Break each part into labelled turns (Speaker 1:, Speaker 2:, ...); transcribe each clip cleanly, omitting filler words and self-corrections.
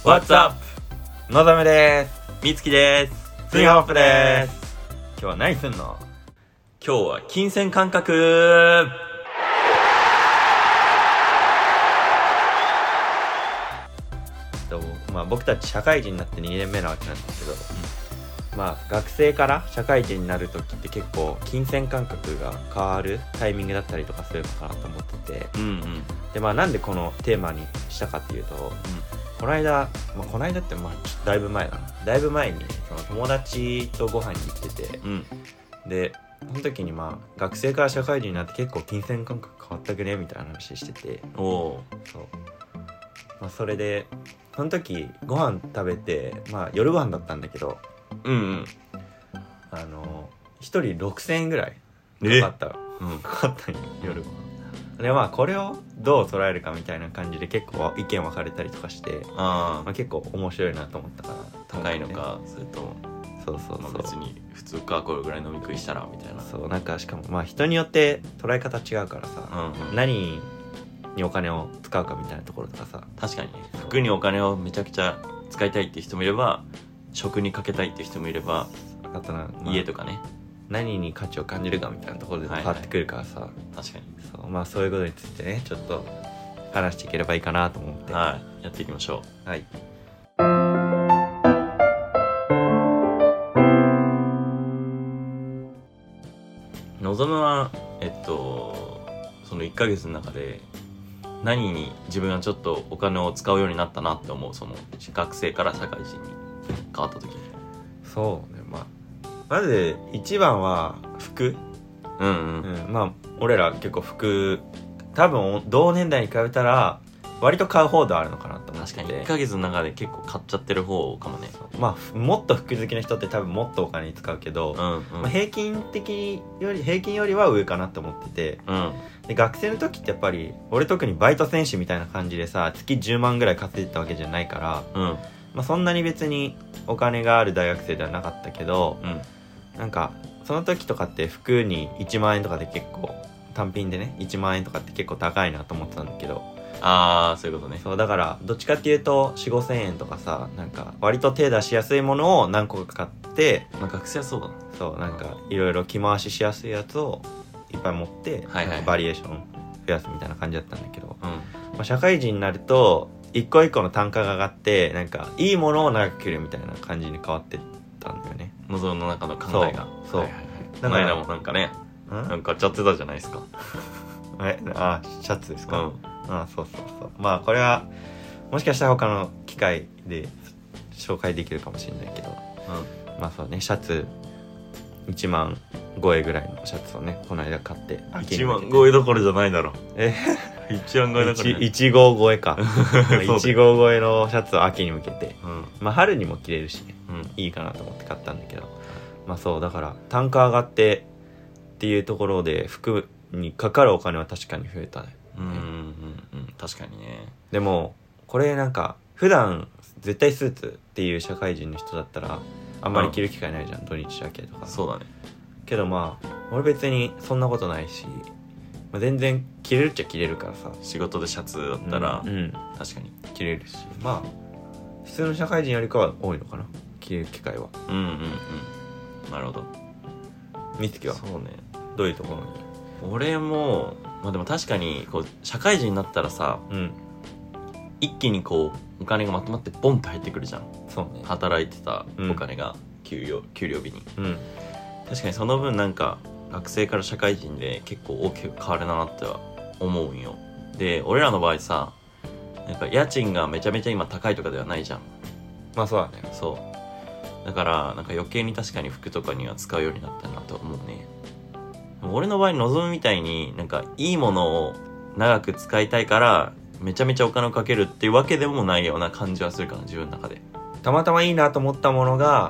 Speaker 1: What's up?
Speaker 2: のぞむです。
Speaker 1: みつきです。
Speaker 2: スイホップです。今日は何すんの？
Speaker 1: 今日は金銭感覚。
Speaker 2: 僕たち社会人になって2年目なわけなんですけど、学生から社会人になるときって結構金銭感覚が変わるタイミングだったりとかするのかなと思ってて、でなんでこのテーマにしたかっていうと、この間ってだいぶ前にその友達とご飯に行ってて、でその時に学生から社会人になって結構金銭感覚変わったくねみたいな話してて、それでその時ご飯食べて夜ご飯だったんだけど、1人6000円ぐらいかかったんよ、夜ご飯で。これをどう捉えるかみたいな感じで結構意見分かれたりとかして、結構面白いなと思ったから。
Speaker 1: 高いのか、それと別に普通か、これぐらい飲み食いしたらみたいな。
Speaker 2: しかも人によって捉え方違うからさ、何にお金を使うかみたいなところとかさ。
Speaker 1: 確かにね、服にお金をめちゃくちゃ使いたいっていう人もいれば、食にかけたいっていう人もいれば、あと家とかね、
Speaker 2: 何に価値を感じるかみたいなところで変わってくるからさ、
Speaker 1: 確かに
Speaker 2: そういうことについてね、ちょっと話していければいいかなと思って、
Speaker 1: やっていきましょう。のぞむはその1ヶ月の中で何に自分はちょっとお金を使うようになったなって思う？その学生から社会人に変わった時に。
Speaker 2: そうね、まず一番は服。俺ら結構服多分同年代に比べたら割と買う方ではあるのかなと思ってて。
Speaker 1: 確かに1ヶ月の中で結構買っちゃってる方かもね。
Speaker 2: もっと服好きな人って多分もっとお金に使うけど、平均よりは上かなって思ってて、で学生の時ってやっぱり俺特にバイト選手みたいな感じでさ、月10万ぐらい稼いでたわけじゃないから、そんなに別にお金がある大学生ではなかったけど、なんかその時とかって服に1万円とかで結構単品でね、1万円とかって結構高いなと思ってたんだけど、
Speaker 1: そういうことね。
Speaker 2: だからどっちかっていうと 4,5 千円とかさ、なんか割と手出しやすいものを何個か買って、
Speaker 1: 学生はそうだな。
Speaker 2: なんかいろいろ着回ししやすいやつをいっぱい持って、バリエーション増やすみたいな感じだったんだけど、社会人になると一個一個の単価が上がって、なんかいいものを長く着るみたいな感じに変わってったんだよね、
Speaker 1: のぞむの中の考えが。だからもなんかね、なんか買っちゃってたじゃないですか。
Speaker 2: シャツですか？そうこれはもしかしたら他の機会で紹介できるかもしれないけど、そうね、シャツ1万超えぐらいのシャツをね、この間買って。
Speaker 1: 1万超えどころじゃないだろ。1万超えどころ
Speaker 2: 1号超えか。1号超えのシャツを秋に向けて、春にも着れるしね、いいかなと思って買ったんだけど、だから単価上がってっていうところで服にかかるお金は確かに増えたね。
Speaker 1: 確かにね。で
Speaker 2: もこれなんか普段絶対スーツっていう社会人の人だったらあんまり着る機会ないじゃん、土日だけとか。
Speaker 1: そうだね。
Speaker 2: けど俺別にそんなことないし、全然着れるっちゃ着れるからさ。
Speaker 1: 仕事でシャツだったら、確かに
Speaker 2: 着れるし、普通の社会人よりかは多いのかな、着れる機会は。
Speaker 1: なるほど。
Speaker 2: みつきは
Speaker 1: そうね、
Speaker 2: どういうところに？
Speaker 1: 俺もでも確かにこう社会人になったらさ、一気にこうお金がまとまってボンと入ってくるじゃん。
Speaker 2: そうね。
Speaker 1: 働いてたお金が、給料日に、確かにその分なんか学生から社会人で結構大きく変わるなっては思うんよ。で俺らの場合さ、なんか家賃がめちゃめちゃ今高いとかではないじゃん。
Speaker 2: そうだね。
Speaker 1: だからなんか余計に確かに服とかには使うようになったなと思うね。俺の場合のぞむみたいになんかいいものを長く使いたいからめちゃめちゃお金をかけるっていうわけでもないような感じはするかな、自分の中で。
Speaker 2: たまたまいいなと思ったものが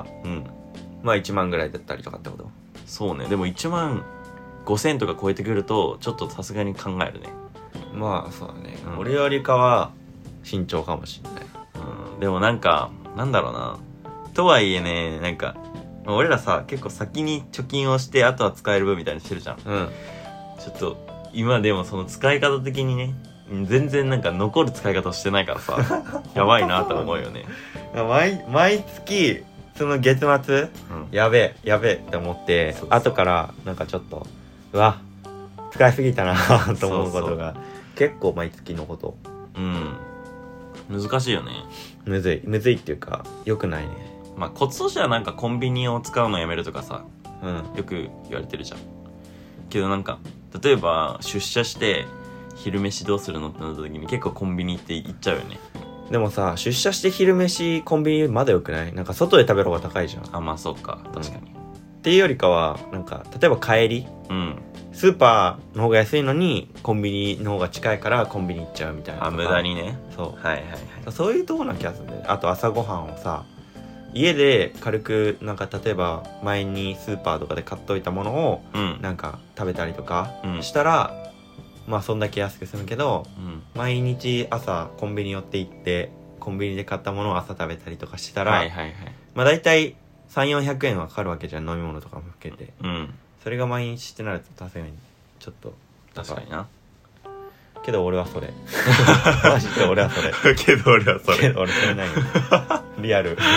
Speaker 2: 1万ぐらいだったりとかってこと？
Speaker 1: そうね。でも1万5000とか超えてくるとちょっとさすがに考えるね。
Speaker 2: そうだね、俺よりかは慎重かもしれない。
Speaker 1: でもなんかなんだろうな、とはいえね、なんか俺らさ結構先に貯金をしてあとは使える分みたいにしてるじゃん。ちょっと今でもその使い方的にね、 全然なんか残る使い方してないからさやばいなと思うよね。
Speaker 2: 毎月その月末、
Speaker 1: うん、
Speaker 2: やべえって思って
Speaker 1: そう
Speaker 2: 後からなんかちょっとうわ使いすぎたなと思うことが結構毎月のこと。
Speaker 1: 難しいよね。
Speaker 2: むずいっていうか良くないね。
Speaker 1: まあコツとしてはなんかコンビニを使うのやめるとかさ、
Speaker 2: うん、
Speaker 1: よく言われてるじゃん。けどなんか例えば出社して昼飯どうするのってなった時に結構コンビニって行っちゃうよね。
Speaker 2: でもさ出社して昼飯コンビニまだよくない？なんか外で食べる方が高いじゃん。
Speaker 1: あ、まあそうか、確かに、
Speaker 2: っていうよりかはなんか例えば帰り、スーパーの方が安いのにコンビニの方が近いからコンビニ行っちゃうみたいな。
Speaker 1: あ、無駄にね。
Speaker 2: そう
Speaker 1: はい
Speaker 2: そういうとこな気がするんだよね。あと朝ごはんをさ家で軽くなんか例えば前にスーパーとかで買っといたものをなんか食べたりとかしたら、まあそんだけ安く済むけど、毎日朝コンビニ寄って行ってコンビニで買ったものを朝食べたりとかしたら、まあ大体 3,400 円はかかるわけじゃん、飲み物とかも含めて。それが毎日ってなるとさすがにちょっと
Speaker 1: 確かにな。
Speaker 2: けど俺はそれマジで俺はそれ
Speaker 1: けど俺はそれ
Speaker 2: 俺それないリアル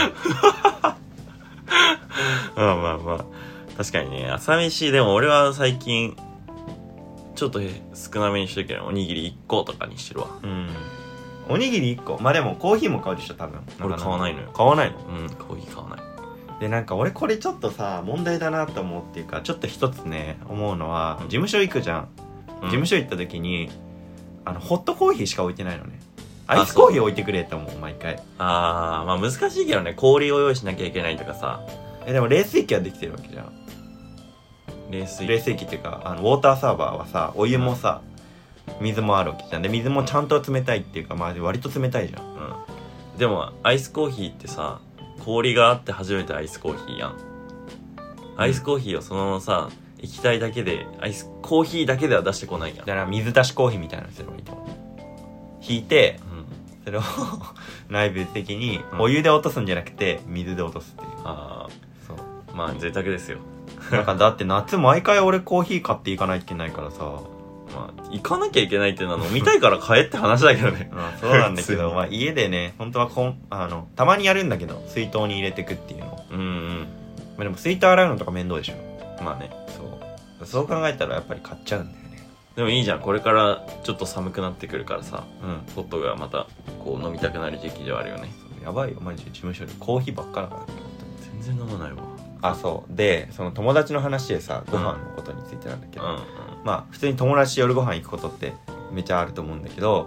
Speaker 1: まあ確かにね。朝飯でも俺は最近ちょっと少なめにしとけどおにぎり1個とかにしてるわ。
Speaker 2: おにぎり1個。まあでもコーヒーも買うでしょ多分。
Speaker 1: 俺買わないのよ。
Speaker 2: 買わないの？
Speaker 1: コーヒー買わない。
Speaker 2: でなんか俺これちょっとさ問題だなと思うっていうか、ちょっと一つね思うのは、事務所行くじゃん。事務所行った時にホットコーヒーしか置いてないのね。アイスコーヒー置いてくれって思う毎回。
Speaker 1: まあ難しいけどね、氷を用意しなきゃいけないとかさ。
Speaker 2: でも冷水器はできてるわけじゃん。冷水器っていうかウォーターサーバーはさお湯もさ、水もあるわけじゃん。で水もちゃんと冷たいっていうか、まあ割と冷たいじゃん。
Speaker 1: でもアイスコーヒーってさ氷があって初めてアイスコーヒーやん。アイスコーヒーをそのままさ液体だけでアイスコーヒーだけでは出してこないやん。
Speaker 2: だから水出しコーヒーみたいなのすればいいと思う。引いて、それを内部的にお湯で落とすんじゃなくて水で落とすっていう。
Speaker 1: そう。まあ贅沢ですよ。
Speaker 2: なんかだって夏毎回俺コーヒー買っていかないといけないからさ。
Speaker 1: まあ行かなきゃいけないっていうのは飲みたいから買えって話だけどね。
Speaker 2: そうなんだけどまあ家でね本当はたまにやるんだけど水筒に入れてくっていうの。まあでも水筒洗うのとか面倒でしょ。
Speaker 1: まあね。
Speaker 2: そう考えたらやっぱり買っちゃうんだよね。
Speaker 1: でもいいじゃん、これからちょっと寒くなってくるからさ、ホットがまたこう飲みたくなる時期ではあるよね。
Speaker 2: やばいよマジで、事務所でコーヒーばっかだから
Speaker 1: 全然飲まないわ。
Speaker 2: そうでその友達の話でさご飯のことについてなんだけど、まあ普通に友達と夜ご飯行くことってめちゃあると思うんだけど、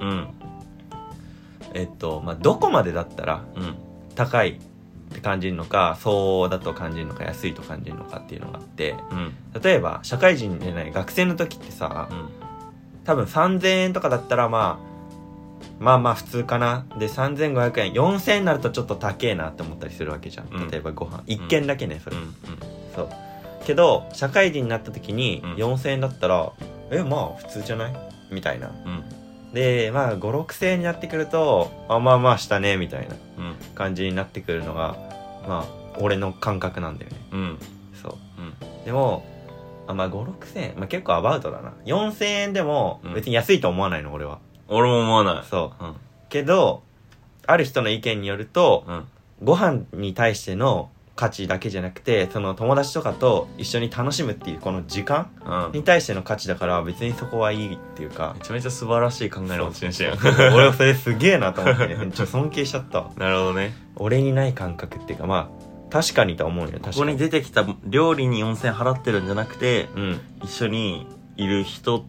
Speaker 2: まあどこまでだったら高いって感じるのか、そうだと感じるのか、安いと感じるのかっていうのがあって、例えば社会人でない学生の時ってさ、多分3000円とかだったらまあ普通かな。で3500円4000円になるとちょっと高えなって思ったりするわけじゃん。例えばご飯1軒だけね、それ、そうけど社会人になった時に4000円だったらまあ普通じゃないみたいな。でまあ 5,6,000 円になってくるとまあしたねみたいな感じになってくるのがまあ俺の感覚なんだよね。でもまあ 5,6,000 円、まあ、結構アバウトだな。4,000円でも別に安いと思わないの俺は。
Speaker 1: 俺も思わない。
Speaker 2: けどある人の意見によると、ご飯に対しての価値だけじゃなくてその友達とかと一緒に楽しむっていうこの時間に対しての価値だから別にそこはいいっていうか、
Speaker 1: めちゃめちゃ素晴らしい考えの持ち主やん。
Speaker 2: 俺はそれすげえなと思ってねちょっと尊敬しちゃった。
Speaker 1: なるほどね。
Speaker 2: 俺にない感覚っていうかまあ確かにと思うよ。
Speaker 1: ここに出てきた料理に4000円払ってるんじゃなくて、一緒にいる人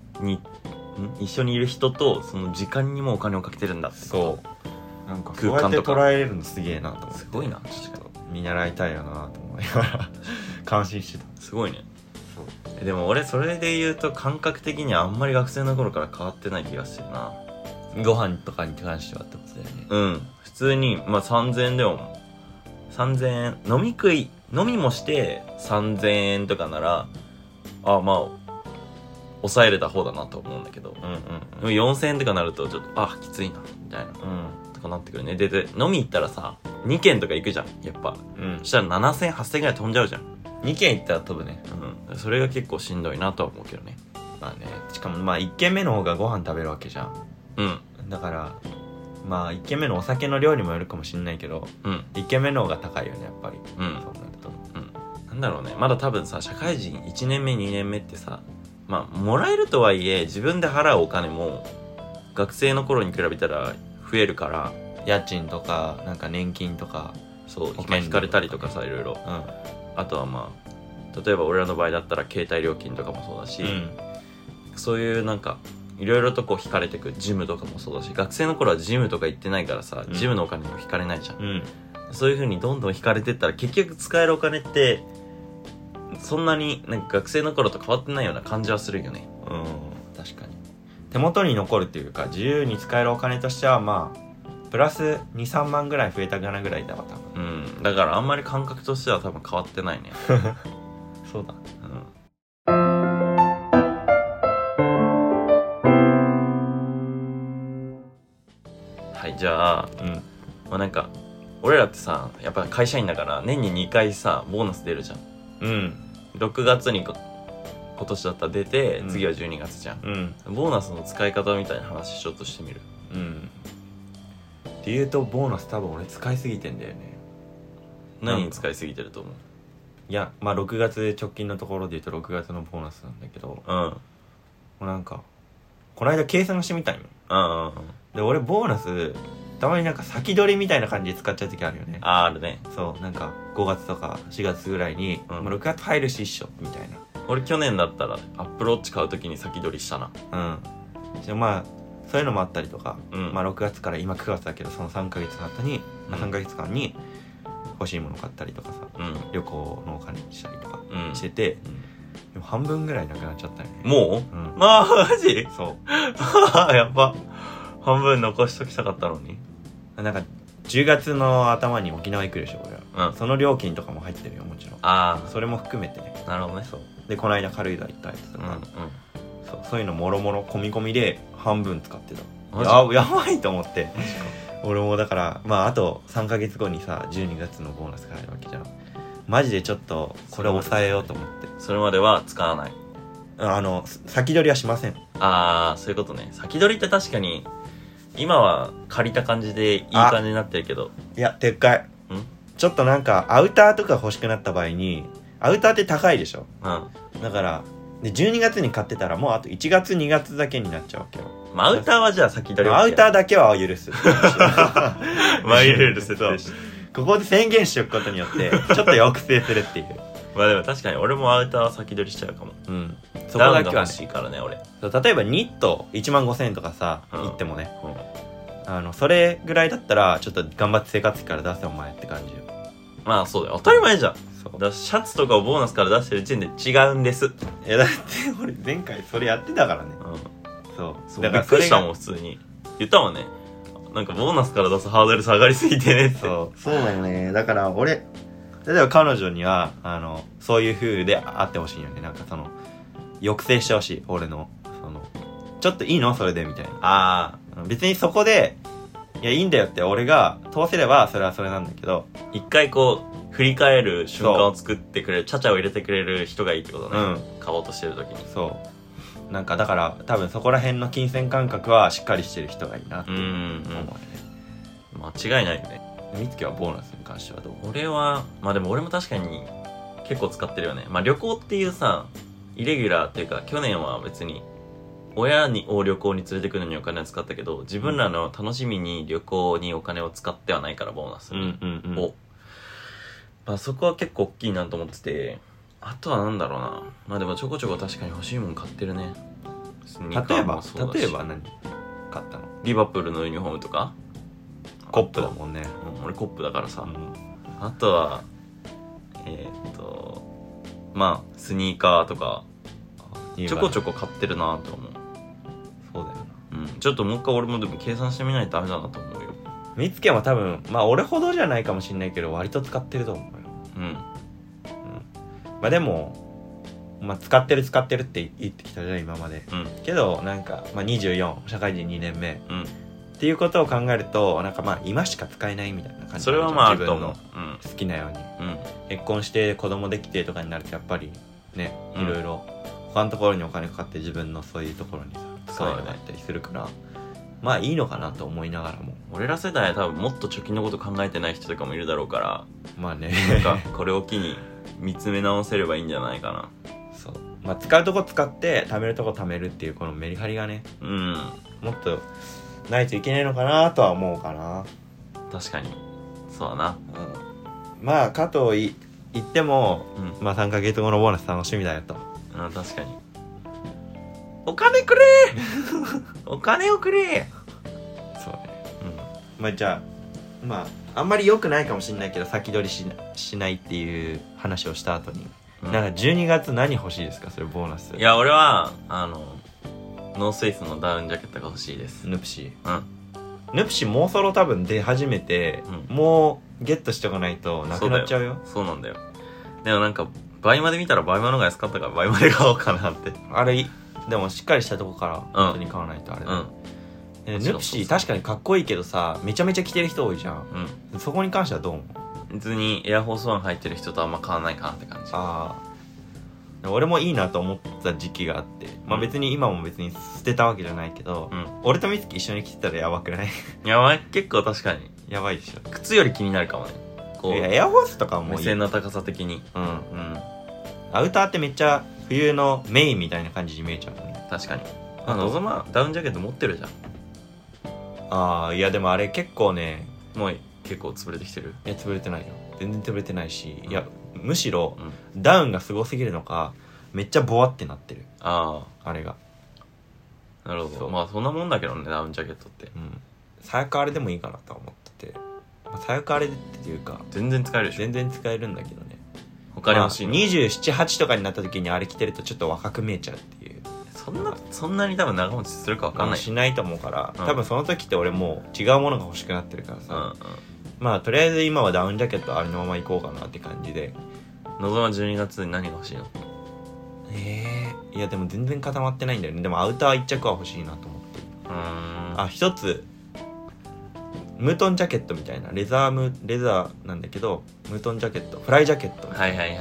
Speaker 1: とその時間にもお金をかけてるんだって。
Speaker 2: そうなんかそうやって捉えれるのすげえなと思って。
Speaker 1: すごいな。確かに
Speaker 2: 見習いたいよなと思いながら感心してた。
Speaker 1: すごいね。でも俺それで言うと感覚的にはあんまり学生の頃から変わってない気がしてるな。
Speaker 2: ご飯とかに関してはってことだよね。
Speaker 1: 普通にまあ3000円でも3000円飲みもして3000円とかならまあ抑えれた方だなと思うんだけど、でも4000円とかなるとちょっときついなみたいな、とかなってくるね。で飲み行ったらさ2軒とか行くじゃんやっぱ、そしたら7000円8000円ぐらい飛んじゃうじゃん。
Speaker 2: 2軒行ったら飛ぶね。
Speaker 1: それが結構しんどいなとは思うけどね。
Speaker 2: まあね、しかもまあ1軒目の方がご飯食べるわけじゃん。
Speaker 1: うん
Speaker 2: だからまあ1軒目のお酒の量にもよるかもしんないけど、1軒目の方が高いよねやっぱり。そうなると、
Speaker 1: なんだろうね、まだ多分さ社会人1年目2年目ってさ、まあもらえるとはいえ自分で払うお金も学生の頃に比べたら増えるから、
Speaker 2: 家賃とかなんか年金とか
Speaker 1: そう引かれたりとかさいろいろ、あとはまあ例えば俺らの場合だったら携帯料金とかもそうだし、そういうなんかいろいろとこう引かれてく、ジムとかもそうだし、学生の頃はジムとか行ってないからさ、ジムのお金も引かれないじゃん、そういう風にどんどん引かれてったら結局使えるお金ってそんなになんか学生の頃と変わってないような感じはするよね。
Speaker 2: 確かに手元に残るっていうか自由に使えるお金としてはまあプラス 2,3 万ぐらい増えたかなぐらいだわ多分。
Speaker 1: だからあんまり感覚としては多分変わってないね
Speaker 2: そうだ。
Speaker 1: はい、じゃあ、まあなんか俺らってさやっぱ会社員だから年に2回さボーナス出るじゃん。6月に今年だったら出て、次は12月じゃん、ボーナスの使い方みたいな話ちょっとしてみる。
Speaker 2: っていうとボーナス多分俺使いすぎてんだよね。
Speaker 1: 何に使いすぎてると思う？
Speaker 2: いやまあ6月直近のところで言うと6月のボーナスなんだけど、もうなんかこの間計算してみたんよ。で俺ボーナスたまになんか先取りみたいな感じで使っちゃう時あるよね。
Speaker 1: あるね。
Speaker 2: そうなんか5月とか4月ぐらいに、もう6月入るし一緒みたいな。
Speaker 1: 俺去年だったらアップルウォッチ買う時に先取りしたな。
Speaker 2: まあそういうのもあったりとか、まあ6月から今9月だけどその3ヶ月の後に、3ヶ月間に欲しいもの買ったりとかさ、旅行のお金にしたりとかしてて、でも半分ぐらいなくなっちゃったよね。
Speaker 1: もう？まあマジ？
Speaker 2: そう
Speaker 1: やっぱ半分残しときたかったのに。
Speaker 2: なんか10月の頭に沖縄行くでしょ俺は、その料金とかも入ってるよもちろん。それも含めてね。
Speaker 1: なるほどね。
Speaker 2: そうでこの間軽井沢行ったやつとか、そういうのもろもろ込み込みで半分使ってた。やばいと思って。俺もだからまああと3ヶ月後にさ12月のボーナスが入るわけじゃん。マジでちょっとこれ抑えようと思って。
Speaker 1: それまでは使わない。
Speaker 2: 先取りはしません。
Speaker 1: そういうことね。先取りって確かに今は借りた感じでいい感じになってるけど、
Speaker 2: いや撤回。ちょっとなんかアウターとか欲しくなった場合に、アウターって高いでしょ。だからで12月に買ってたらもうあと1月2月だけになっちゃうわけよ。
Speaker 1: アウターはじゃあ先取り
Speaker 2: アウターだけは許す
Speaker 1: マイルール設定して
Speaker 2: ここで宣言しておくことによってちょっと抑制するっていう
Speaker 1: まあでも確かに俺もアウターは先取りしちゃうかも。
Speaker 2: そこだけは、ね、
Speaker 1: ダウンが欲しいからね俺。
Speaker 2: 例えばニット1万5,000円とかさ、言ってもね、それぐらいだったらちょっと頑張って生活費から出せお前って感じよ。
Speaker 1: まあそうだよ、当たり前じゃん。だからシャツとかをボーナスから出してる時点で違うんです。
Speaker 2: いやだって俺前回それやってたからね。
Speaker 1: そうだからびっくりしたもん普通に言ったもんね。なんかボーナスから出すハードル下がりすぎてねって。
Speaker 2: そうだよね。だから俺例えば彼女にはそういう風であってほしいよね。なんかその抑制してほしい。俺のそのちょっといいのそれでみたいな。別にそこでいやいいんだよって俺が通せればそれはそれなんだけど、
Speaker 1: 一回こう振り返る瞬間を作ってくれる、ちゃちゃを入れてくれる人がいいってことね。買おうとしてる時に。
Speaker 2: そうなんかだから多分そこら辺の金銭感覚はしっかりしてる人がいいなって思うよね。
Speaker 1: 間違いないよね。
Speaker 2: みつきはボーナスに関してはどう？
Speaker 1: 俺はまあでも俺も確かに結構使ってるよね。まあ旅行っていうさイレギュラーっていうか去年は別に親を旅行に連れてくるのにお金を使ったけど、自分らの楽しみに旅行にお金を使ってはないからボーナスを、まあそこは結構大きいなと思ってて、あとはなんだろうな。まあでもちょこちょこ確かに欲しいもん買ってるね。
Speaker 2: 例えば何買ったの？
Speaker 1: リバプールのユニフォームとか。
Speaker 2: コップだもんね。
Speaker 1: 俺コップだからさ、あとはまあスニーカーとかちょこちょこ買ってるなと思う。
Speaker 2: そうだよ
Speaker 1: な。ちょっともう一回俺もでも計算してみないとダメだなと思うよ。
Speaker 2: みつけは多分まあ俺ほどじゃないかもしんないけど割と使ってると思うよ。まあでもまあ使ってるって言ってきたじゃん今まで。けどなんかまあ24社会人2年目。っていうことを考えるとなんかまあ今しか使えないみたいな感じ。
Speaker 1: それはまああると思う。
Speaker 2: 好きなように、結婚して子供できてとかになるとやっぱりね、いろいろ他のところにお金かかって自分のそういうところにさ使えなかったりするから、まあいいのかなと思いながらも、
Speaker 1: 俺ら世代は多分もっと貯金のこと考えてない人とかもいるだろうから、
Speaker 2: まあね
Speaker 1: なんかこれを機に見つめ直せればいいんじゃないかな。
Speaker 2: そう、まあ使うとこ使って貯めるとこ貯めるっていうこのメリハリがね、もっとないといけないのかなとは思うかな。
Speaker 1: 確かにそうだな。
Speaker 2: まあかと言っても、まあ3ヶ月後のボーナス楽しみだよと。
Speaker 1: 確かに。お金くれお金をくれ。
Speaker 2: そうね。まあじゃあまああんまり良くないかもしれないけど、先取りしないっていう話をした後に、なんか12月何欲しいですか、それボーナス。
Speaker 1: いや俺はノースイスのダウンジャケットが欲しいです。
Speaker 2: ヌプシヌプシもうそろ多分出始めて、もうゲットしておかないとなくなっちゃうよ。
Speaker 1: そうなんだよ。でもなんか倍まで見たら倍までのが安かったから倍まで買おうかなって。
Speaker 2: あれでもしっかりしたとこから本当に買わないとあれだ、ヌプシ確かにかっこいいけどさ、めちゃめちゃ着てる人多いじゃん、そこに関してはどう思う？
Speaker 1: 別にエアフォースワン入ってる人とあんま変わらないかなって感じ。
Speaker 2: 俺もいいなと思った時期があって、まあ別に今も別に捨てたわけじゃないけど、俺と美月一緒に着てたらやばくない？
Speaker 1: やばい、結構確かに
Speaker 2: やばいでしょ。
Speaker 1: 靴より気になるかもね。
Speaker 2: こうエアフォースとかもいい、
Speaker 1: 目線の高さ的に。
Speaker 2: アウターってめっちゃ冬のメインみたいな感じに見えちゃうね。
Speaker 1: 確かに。望まダウンジャケット持ってるじゃん。
Speaker 2: いやでもあれ結構ね、
Speaker 1: もう結構潰れてきてる。
Speaker 2: いや潰れてないよ、全然潰れてないし、いやむしろ、ダウンがすごすぎるのかめっちゃボワってなってる。あれが。
Speaker 1: なるほど。まあそんなもんだけどね、ダウンジャケットって。
Speaker 2: 最悪あれでもいいかなとは思ってて、最悪あれでっていうか
Speaker 1: 全然使えるでしょ。
Speaker 2: 全然使えるんだけどね。
Speaker 1: 他に欲しいの、
Speaker 2: 27、8とかになった時にあれ着てるとちょっと若く見えちゃうっていう。
Speaker 1: そんなに多分長持ちするか分かんない。
Speaker 2: しないと思うから、多分その時って俺もう違うものが欲しくなってるからさ、まあとりあえず今はダウンジャケットあれのまま行こうかなって感じで。
Speaker 1: 望ま12月に何が欲しいの？
Speaker 2: いやでも全然固まってないんだよね。でもアウター1着は欲しいなと思ってる。一つムートンジャケットみたいなレザーなんだけど、ムートンジャケット、フライジャケット、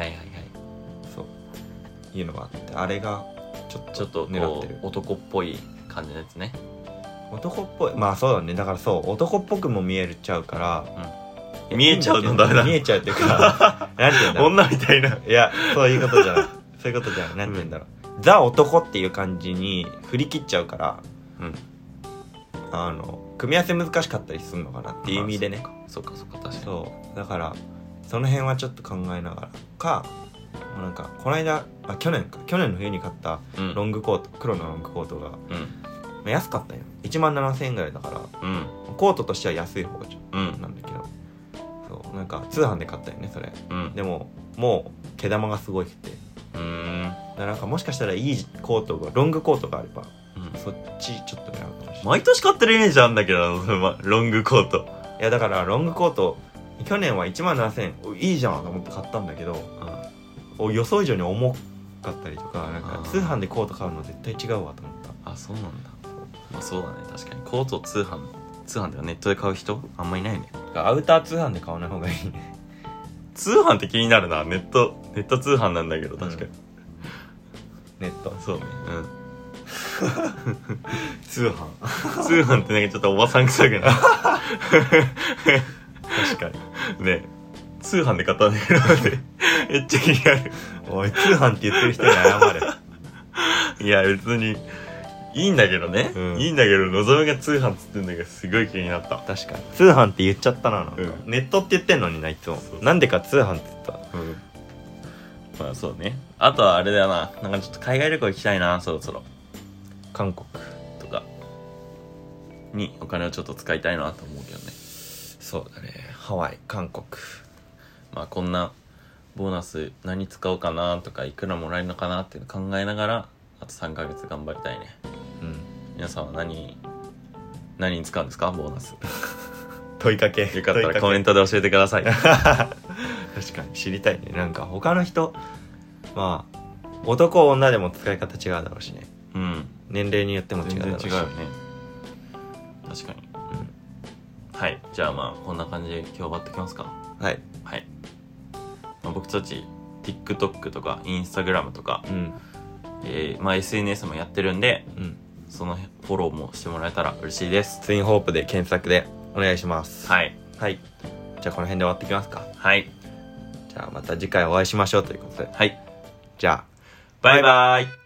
Speaker 2: そういうのがあって、あれがちょっと狙ってる。
Speaker 1: 男っぽい感じのやつね。
Speaker 2: 男っぽい、まあそうだね。だからそう男っぽくも見えちゃうから、
Speaker 1: 見えちゃうのダメだ。
Speaker 2: 見えちゃうっていうかなんていうんだろう、
Speaker 1: 女みたいな。
Speaker 2: いやそういうことじゃないそういうことじゃない、なんていうんだろう、ザ男っていう感じに振り切っちゃうから、組み合わせ難しかったりするのかなっていう意味でね。
Speaker 1: そうか確かに。
Speaker 2: そうだからその辺はちょっと考えながらか、なんかこの間去年の冬に買ったロングコート、黒のロングコートが、安かったよ。17,000円ぐらいだから、コートとしては安い方じゃん、なんだけど、そうなんか通販で買ったよねそれ、でももう毛玉がすごいくて、なんかもしかしたらいいコートが、ロングコートがあれば、そっちちょっと狙うかもしれない。
Speaker 1: 毎年買ってるイメージあるんだけどロングコート。
Speaker 2: いやだからロングコート去年は17,000円いいじゃんと思って買ったんだけど、予想以上に重かったりとか、なんか通販でコート買うの絶対違うわと思った。
Speaker 1: あ、そうなんだ。まあそうだね、確かにコート通販ではネットで買う人あんまいないね。
Speaker 2: アウター通販で買わない方がいいね。
Speaker 1: 通販って気になるな。ネット通販なんだけど確かに、
Speaker 2: ネット
Speaker 1: そうね。
Speaker 2: 通販
Speaker 1: ってなんかちょっとおばさん臭くない？確かにね。通販で買ったんだけどめっちゃ気になる。
Speaker 2: おい、通販って言ってる人に謝れ。
Speaker 1: いや別にいいんだけどね、いいんだけど、のぞみが通販っつってんだけどすごい気になった。
Speaker 2: 確かに通販って言っちゃったな。なんか、ネットって言ってんのにな、いつも。なんでか通販って言った。
Speaker 1: まあそうね。あとはあれだよな、なんかちょっと海外旅行行きたいな、そろそろ。
Speaker 2: 韓国
Speaker 1: とかにお金をちょっと使いたいなと思うけどね。
Speaker 2: そうだね、ハワイ、韓国。
Speaker 1: まあこんなボーナス何使おうかなとか、いくらもらえるのかなっていうの考えながら、あと3ヶ月頑張りたいね。皆さんは何に使うんですか、ボーナス？
Speaker 2: 問いかけ。
Speaker 1: よかったらコメントで教えてください。
Speaker 2: 確かに知りたいね。なんか他の人、まあ男女でも使い方違うだろうしね。年齢によっても違うだろうし。
Speaker 1: 全然違うよね。確かに。はい、じゃあまあこんな感じで今日終わってきますか。はい、まあ、僕たち TikTok とか Instagram とか、 SNS もやってるんで、
Speaker 2: うん、
Speaker 1: そのフォローもしてもらえたら嬉しいです。
Speaker 2: ツインホープで検索でお願いします。
Speaker 1: はい
Speaker 2: はい。じゃあこの辺で終わっていきますか。
Speaker 1: はい。
Speaker 2: じゃあまた次回お会いしましょうということで。
Speaker 1: はい。
Speaker 2: じゃあ
Speaker 1: バイバイ。